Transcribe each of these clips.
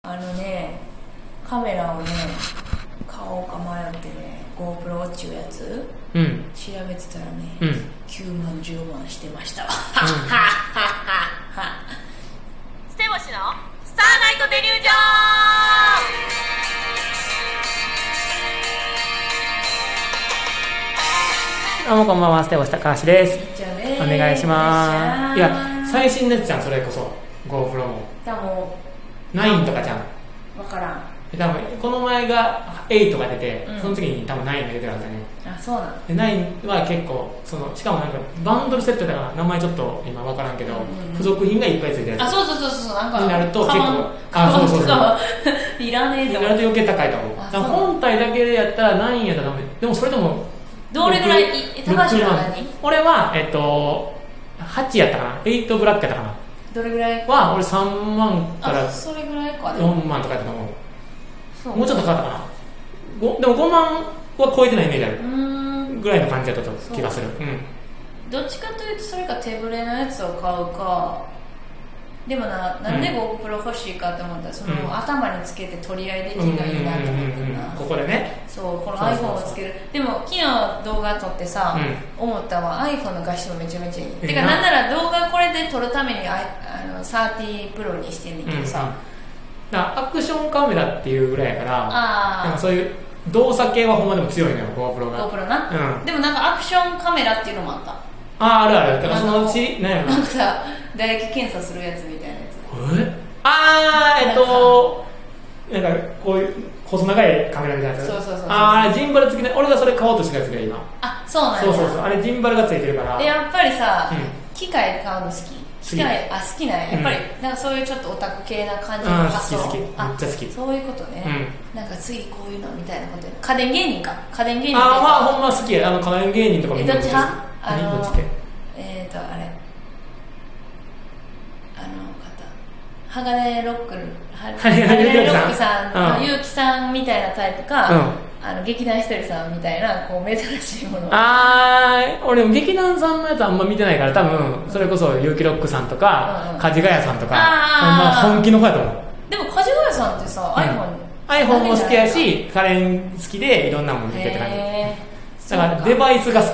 カメラをね買おうか迷ってね GoPro っちゅうやつ、 うん、 調べてたらね、 うん、 9万10万してましたわ、スステボシのスターナイトデリュージョン。 どうもこんばんは、ステボシ高橋です。お願いします。いや、最新のやつじゃん、それこそ GoPro も多分 9とかじゃん。 分からん。 多分この前が8が出て、 うん、 その次に多分9が出てるはずだね。 あ、そうなんで9は結構しかもなんかバンドルセットだから名前ちょっと今分からんけど、付属品がいっぱいついてるやつ。 あ、そうなんかになると結構そういらねえとなると余計高いと思う。だから本体だけでやったら9やったらダメ。でもそれでもどれぐらい高橋は何？ 俺は8やったかな、8ブラックやったかな。 どれぐらいは俺3万からそれぐらいか 4万とかやったと思う。もうちょっとかかったかな。でも5万は超えてないイメージあるぐらいの感じだった気がする。 どっちかというとそれか手ぶれのやつを買うか。でもなんで GoPro 欲しいかって思ったらその、頭につけて取り合いできるのがいいなと思ってな。 ここでね、 そうこの iPhone をつける。でも昨日動画撮ってさ、思ったわ iPhone の画質もめちゃめちゃいい。てかなんなら動画これで撮るために30 Pro にしてんねんけどさ、 だからアクションカメラっていうぐらいやから、 なんかそういう動作系はほんまでも強いのよ GoPro が。 GoPro な、でもなんかアクションカメラっていうのもあった。 ある。だからそのうちなんかさ唾液検査するやつみたいなやつ。 なんかこういう細長いカメラみたいなやつ。 そうジンバル付きで、俺がそれ買おうとしたやつで今。 そうなんや。 そうあれジンバルが付いてるから。 やっぱりさ、機械買うの好き。好きなんや。やっぱりなんかそういうちょっとオタク系な感じの発想。 好きめっちゃ好き。 そういうことね、なんか次こういうのみたいなことや。家電芸人か。家電芸人。 ほんま好きや。家電芸人とかもどっち派？ どっち系？ 鋼ロックさん、ゆうきさんみたいなタイプか、劇団ひとりさんみたいなこう珍しいもの。 俺も劇団さんのやつあんま見てないから多分それこそゆうきロックさんとか梶ヶ谷さんとか本気の方やと思う。 でも梶ヶ谷さんってさ iPhone も好きやし家電好きでいろんなもの見てて感じだからデバイスが好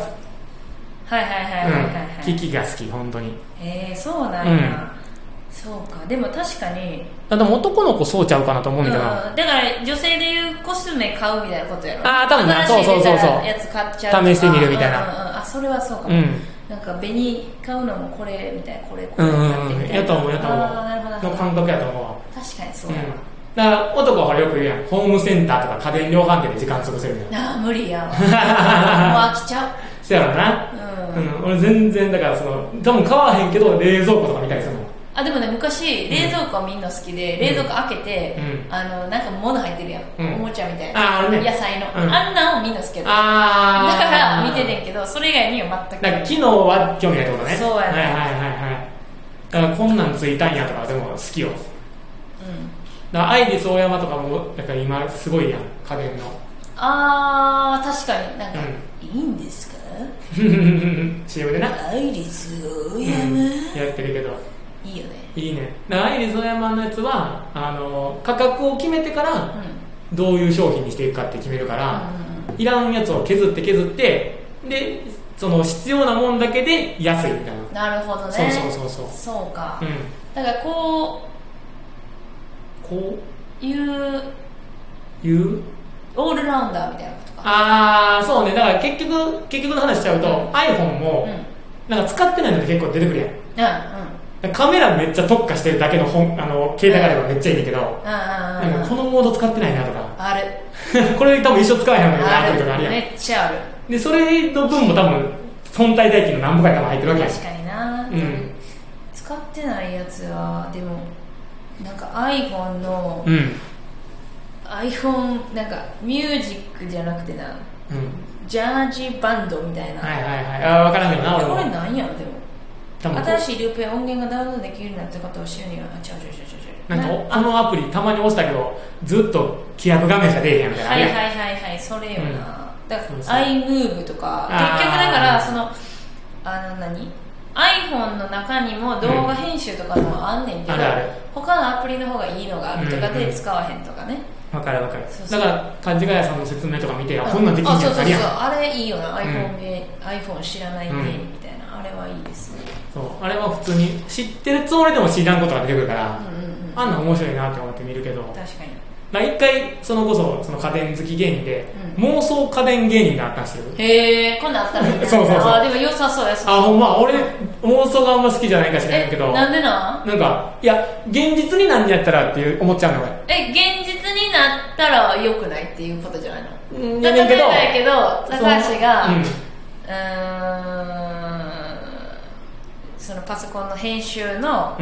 き。機器が好き本当に。 そうなんや。そうか。でも確かにでも男の子そうちゃうかなと思うんだけど、 だから女性でいうコスメ買うみたいなことやろ。 多分な。そうやつ買っちゃう。 試してみるみたいな。 それはそうかも。なんか紅買うのもこれみたいな、これ買ってみたいな。 やと思うなるほどの感覚やと思うわ。 確かにそうやわ。 だから男はよく言うやん、ホームセンターとか家電量販店で時間潰せるみたいな。 無理やわ。もう飽きちゃう。 そうやろな。俺全然だから多分買わへんけど冷蔵庫とか見たりするの。 でもね、昔冷蔵庫はみんな好きで、冷蔵庫開けてなんか物入ってるやん、おもちゃみたいな、野菜のあんなんをみんな好きやった。だから見ててんけど、それ以外には全くなんか機能は興味ないってことね。 そうやね。だからこんなんついたんやとかでも好きよ。だからアイリスオーヤマとかもだから今すごいやん、家電の。 確かになんかいいんですか CM でな、 アイリスオーヤマやってるけどいいよね。 いいね。アイリスオーヤマのやつは価格を決めてからどういう商品にしていくかって決めるから、いらんやつを削ってでその必要なもんだけで安いみたいな。 なるほどね。そうか。だからこういうオールラウンダーみたいなことか。 そうね。だから結局の話しちゃうと、iPhone もなんか使ってないので結構出てくるやん。カメラめっちゃ特化してるだけの携帯があればめっちゃいいんだけど、でもこのモード使ってないなとか、 あるこれ多分一生使わへんのにアプリとかあるやん。 めっちゃある。 でそれの分も多分本体代金の何ぼかが入ってるわけやん。 確かにな。使ってないやつはでもなんか iPhone の、iPhone なんかミュージックじゃなくてな、ジャージバンドみたいな。 分からんけどな。 これなんやろ。でも新しいループや音源がダウンロードできるようになったことを知るにはなんかこのアプリたまに押したけどずっと規約画面しか出えへんみたいな。 それよな。だから iMove とか結局だから iPhone の中にも動画編集とかもあんねんけど、他のアプリの方がいいのがあるとかで使わへんとかね。 わかる。だから梶ヶ谷さんの説明とか見て、こんなんできんじゃん。 そうあれいいよな。iPhone 知らない芸人みたいな、あれはいいですね。 そうあれは普通に知ってるつもりでも知らんことが出てくるから、あんな面白いなって思って見るけど、 確かに。 一回その家電好き芸人で、妄想家電芸人があったんですよ。 へえ、こんなんあったの。 そうでも良さそうや。 ほんま俺妄想があんま好きじゃないか知らんけど。 なんでなんかいや現実になんやったらって思っちゃうの俺。 現実になったら良くないっていうことじゃないの。 例えばやけど高橋がそのパソコンの編集の、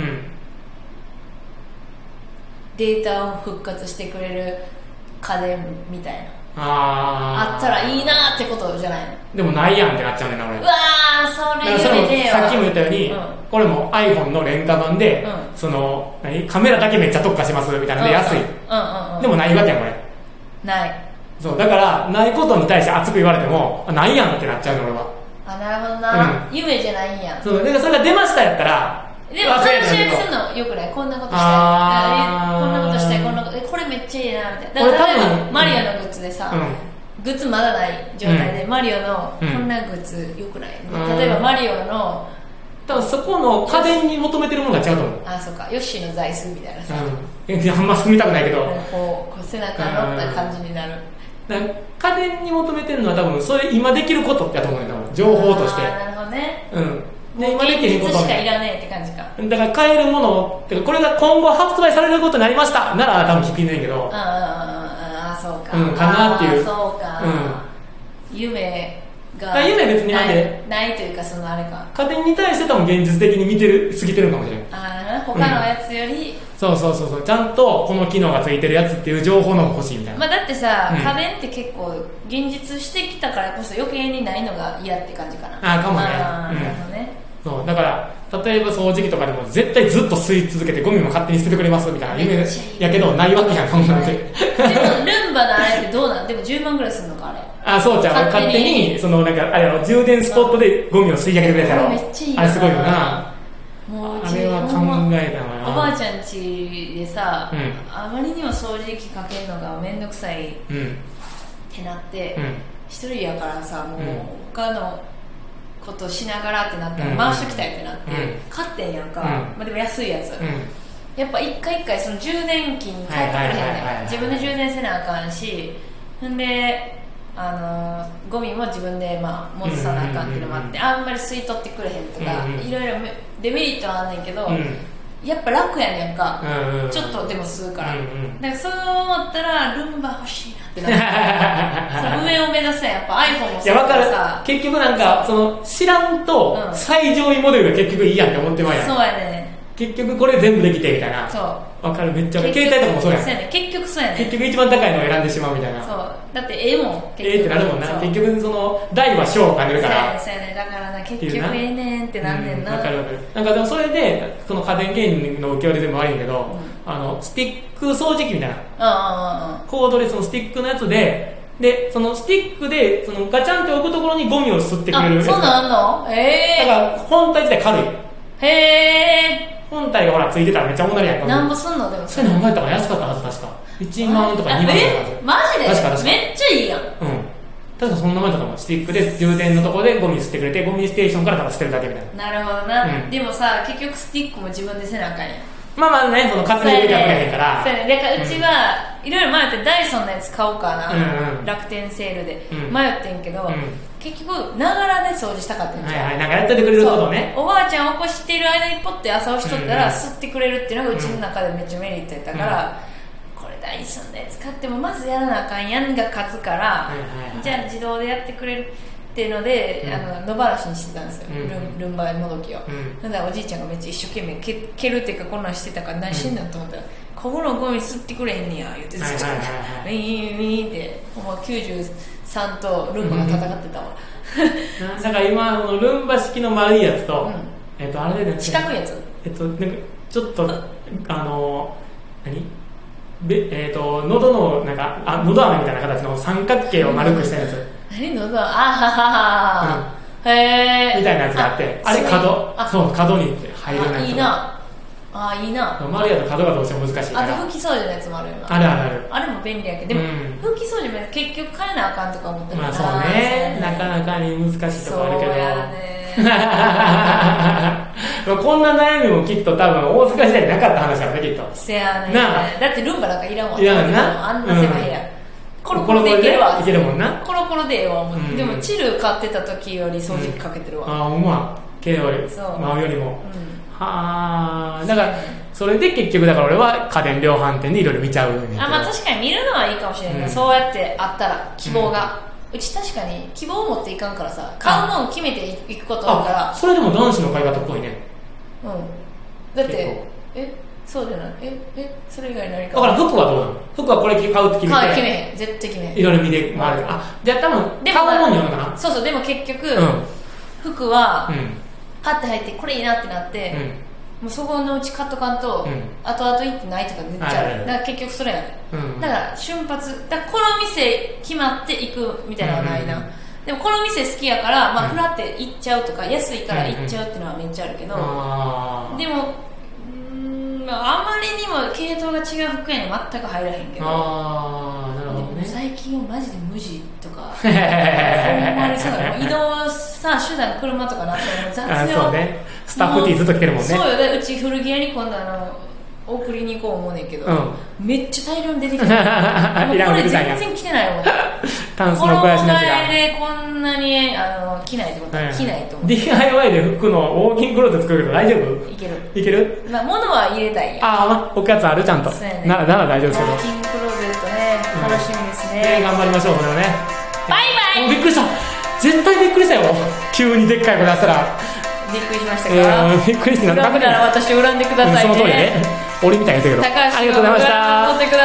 データを復活してくれる家電みたいなあったらいいなってことじゃないの。 でもないやんってなっちゃうねんな俺。 うわーそれ夢ねえわ。 さっきも言ったように、これも iPhone の廉価版で、カメラだけめっちゃ特化しますみたいなので安い、でもないわけやんこれ。 ないそうだからないことに対して熱く言われてもないやんってなっちゃうの俺は。 なるほどな、夢じゃないんや。 そうだからそれが出ましたやったらでもそれ集約するのよくない。こんなことしたい、こんなことしたい、これめっちゃいいなみたいな。だから例えばマリオのグッズでさ、グッズまだない状態で、マリオのこんなグッズよくない、例えばマリオの多分そこの家電に求めてるものが違うと思う。 そうか、ヨッシーの座椅子みたいなさ、 あんま見たくないけど、 こう背中に乗った感じになる。 家電に求めてるのは多分それ今できることだと思うよ、情報として。 なるほどね。 で今できることしかいらねえって感じか。 だから買えるものってこれが今後発売されることになりましたなら多分聞きないけど、 そうか、 かなっていう。 そうか、夢別にないというか、そのあれか、 家電に対して多分現実的に見てる過ぎてるかもしれない。 他のやつより、 そうちゃんとこの機能がついてるやつっていう情報の方が欲しいみたいな。 だってさ、家電って結構現実してきたからこそ余計にないのが嫌って感じかな。 かもね。 なるほどね。 そうだから例えば掃除機とかでも絶対ずっと吸い続けてゴミも勝手に捨ててくれますみたいな夢やけどないわけやん、そんなんで。でもルンバのあれってどうなん？でも10万ぐらいするのかあれ。 そうちゃう、勝手に充電スポットでゴミを吸い上げてくれたら、 めっちゃいいな。 あれすごいよな。 もうあれは考えたな。 おばあちゃん家でさ、あまりにも掃除機かけるのがめんどくさいってなって、一人やからさ、もう他のことしながらってなったら回しときたいってなって、買ってんやんか、でも安いやつ、やっぱ一回一回その充電器に返ってくれへんねん。自分で充電せなあかんし、んでゴミも自分で戻さなあかんっていうのもあって、あんまり吸い取ってくれへんとか、いろいろデメリットはあんねんけど、やっぱ楽やねんか、ちょっとでも吸うから、だからそう思ったらルンバ欲しいなってなって上を目指せ。やっぱ iPhone もそうだからさ、 結局その知らんと最上位モデルが結局いいやんって思ってまうやん。 そうやね。 結局これ全部できてみたいな。わかる、めっちゃ。携帯とかもそうやん。 結局そうやね。 結局一番高いのを選んでしまうみたいな。 そうだってもってなるもんな。結局その大は小を兼ねるから。 そうやね。だからな、結局ねんってなんねんな。 わかる。でもそれでその家電芸人の受け売りでも悪いんけど、スティック掃除機みたいな、コードレスのスティックのやつでそのスティックでそのガチャンって置くところにゴミを吸ってくれるやつ。 そうなんの？ だから本体自体軽い。本体がほらついてたらめっちゃ重なるやんか。 なんぼすんの？でもそれ何倍とか安かったはず。確か1万とか2万とか。 マジで？ 確かめっちゃいいやん。 確かそんなもんだと思う。スティックで充電のところでゴミ吸ってくれて、ゴミステーションからただ捨てるだけみたいな。 なるほどな、でもさ、結局スティックも自分でせなあかんやん。 その勝手に入れてはくれへんから。 そうやね。だからうちはいろいろ迷ってダイソンのやつ買おうかな、楽天セールで迷ってんけど、結局ながらで掃除したかったんじゃん。 なんかやっててくれることね。 おばあちゃん起こしてる間にポッて朝起きとったら吸ってくれるっていうのがうちの中でめっちゃメリットやったから、これダイソンのやつ買ってもまずやらなあかんやんが勝つから、じゃあ自動でやってくれるっていうので、野放しにしてたんですよ、ルンバもどきを。なんだおじいちゃんがめっちゃ一生懸命蹴るっていうかこんなんしてたから何してんだと思ったら、ここのゴミ吸ってくれへんねや言ってずっとウィーンウィーンって93とルンバが戦ってたわ。 だから今ルンバ式の丸いやつと、あれで四角いやつ、 なんかちょっと喉の喉穴みたいな形の三角形を丸くしたやつ。 何喉？あははは。 へえみたいなやつがあって、あれ角に入るやつ。 いいな。いいな。 丸やと角がどうしても難しいから。 あと拭き掃除のやつもあるよな。あれも便利やけど、でも、拭き掃除も結局変えなあかんとか思ってるから。 そうね、なかなかに難しいとこあるけど。 そうやね。 こんな悩みもきっと多分大阪時代になかった話だね、きっと。 せやね。だってルンバなんかいらんもん。 いらんな。 あんな狭い部屋。コロコロでいけるわ。 いけるもんな。 コロコロでええわ。でもチル買ってた時より掃除機かけてるわ。 ほんま。毛より、舞うよりも。はあ。だから、それで結局だから俺は家電量販店でいろいろ見ちゃう。 まあ確かに見るのはいいかもしれない。そうやってあったら、希望が。うち確かに希望を持っていかんからさ、買うもん決めていくことだから。 それでも男子の買い方っぽいね。 だって、そうじゃない。それ以外何か。 だから服はどうなの？服はこれ買うって決めて。 決めへん。絶対決めへん。 いろいろ見て回る。じゃあ多分、買うもんによるのかな？ そう、でも結局、服は、パッて入って、これいいなってなって、もうそこのうち買っとかんと、後々行ってないとか言っちゃう。だから結局それやね。だから瞬発、この店決まって行くみたいなのはないな。でもこの店好きやから、まあフラって行っちゃうとか、安いから行っちゃうっていうのはめっちゃあるけど、でも、あまりにも系統が違う服屋に全く入らへんけど、 なるほどね。 最近はマジで無地とかほんまにそうだよ。移動手段車とかなったら雑用。 そうね、スタッフ T ずっと着てるもんね。 そうよ。でうち古着屋に今度送りに行こう思うねんけど、めっちゃ大量に出てきてる。これ全然着てないよ。 タンスの肥やしのやつが。 このでこんなに着ないってことは着ないと思う。 DIY で服のウォーキングクローゼット作るけど大丈夫？いける？ 物は入れたいや。 置くやつあるちゃんと。なら大丈夫ですけど。 ウォーキングクローゼットね、楽しみですね。 頑張りましょう、それをね。 バイバイ。 びっくりした。絶対びっくりしたよ。急にでっかい子出したら。 びっくりしましたか？ びっくりした。 恨むなら私を恨んでくださいね。 その通りね。俺みたいなやつけど。 高橋ありがとうございました。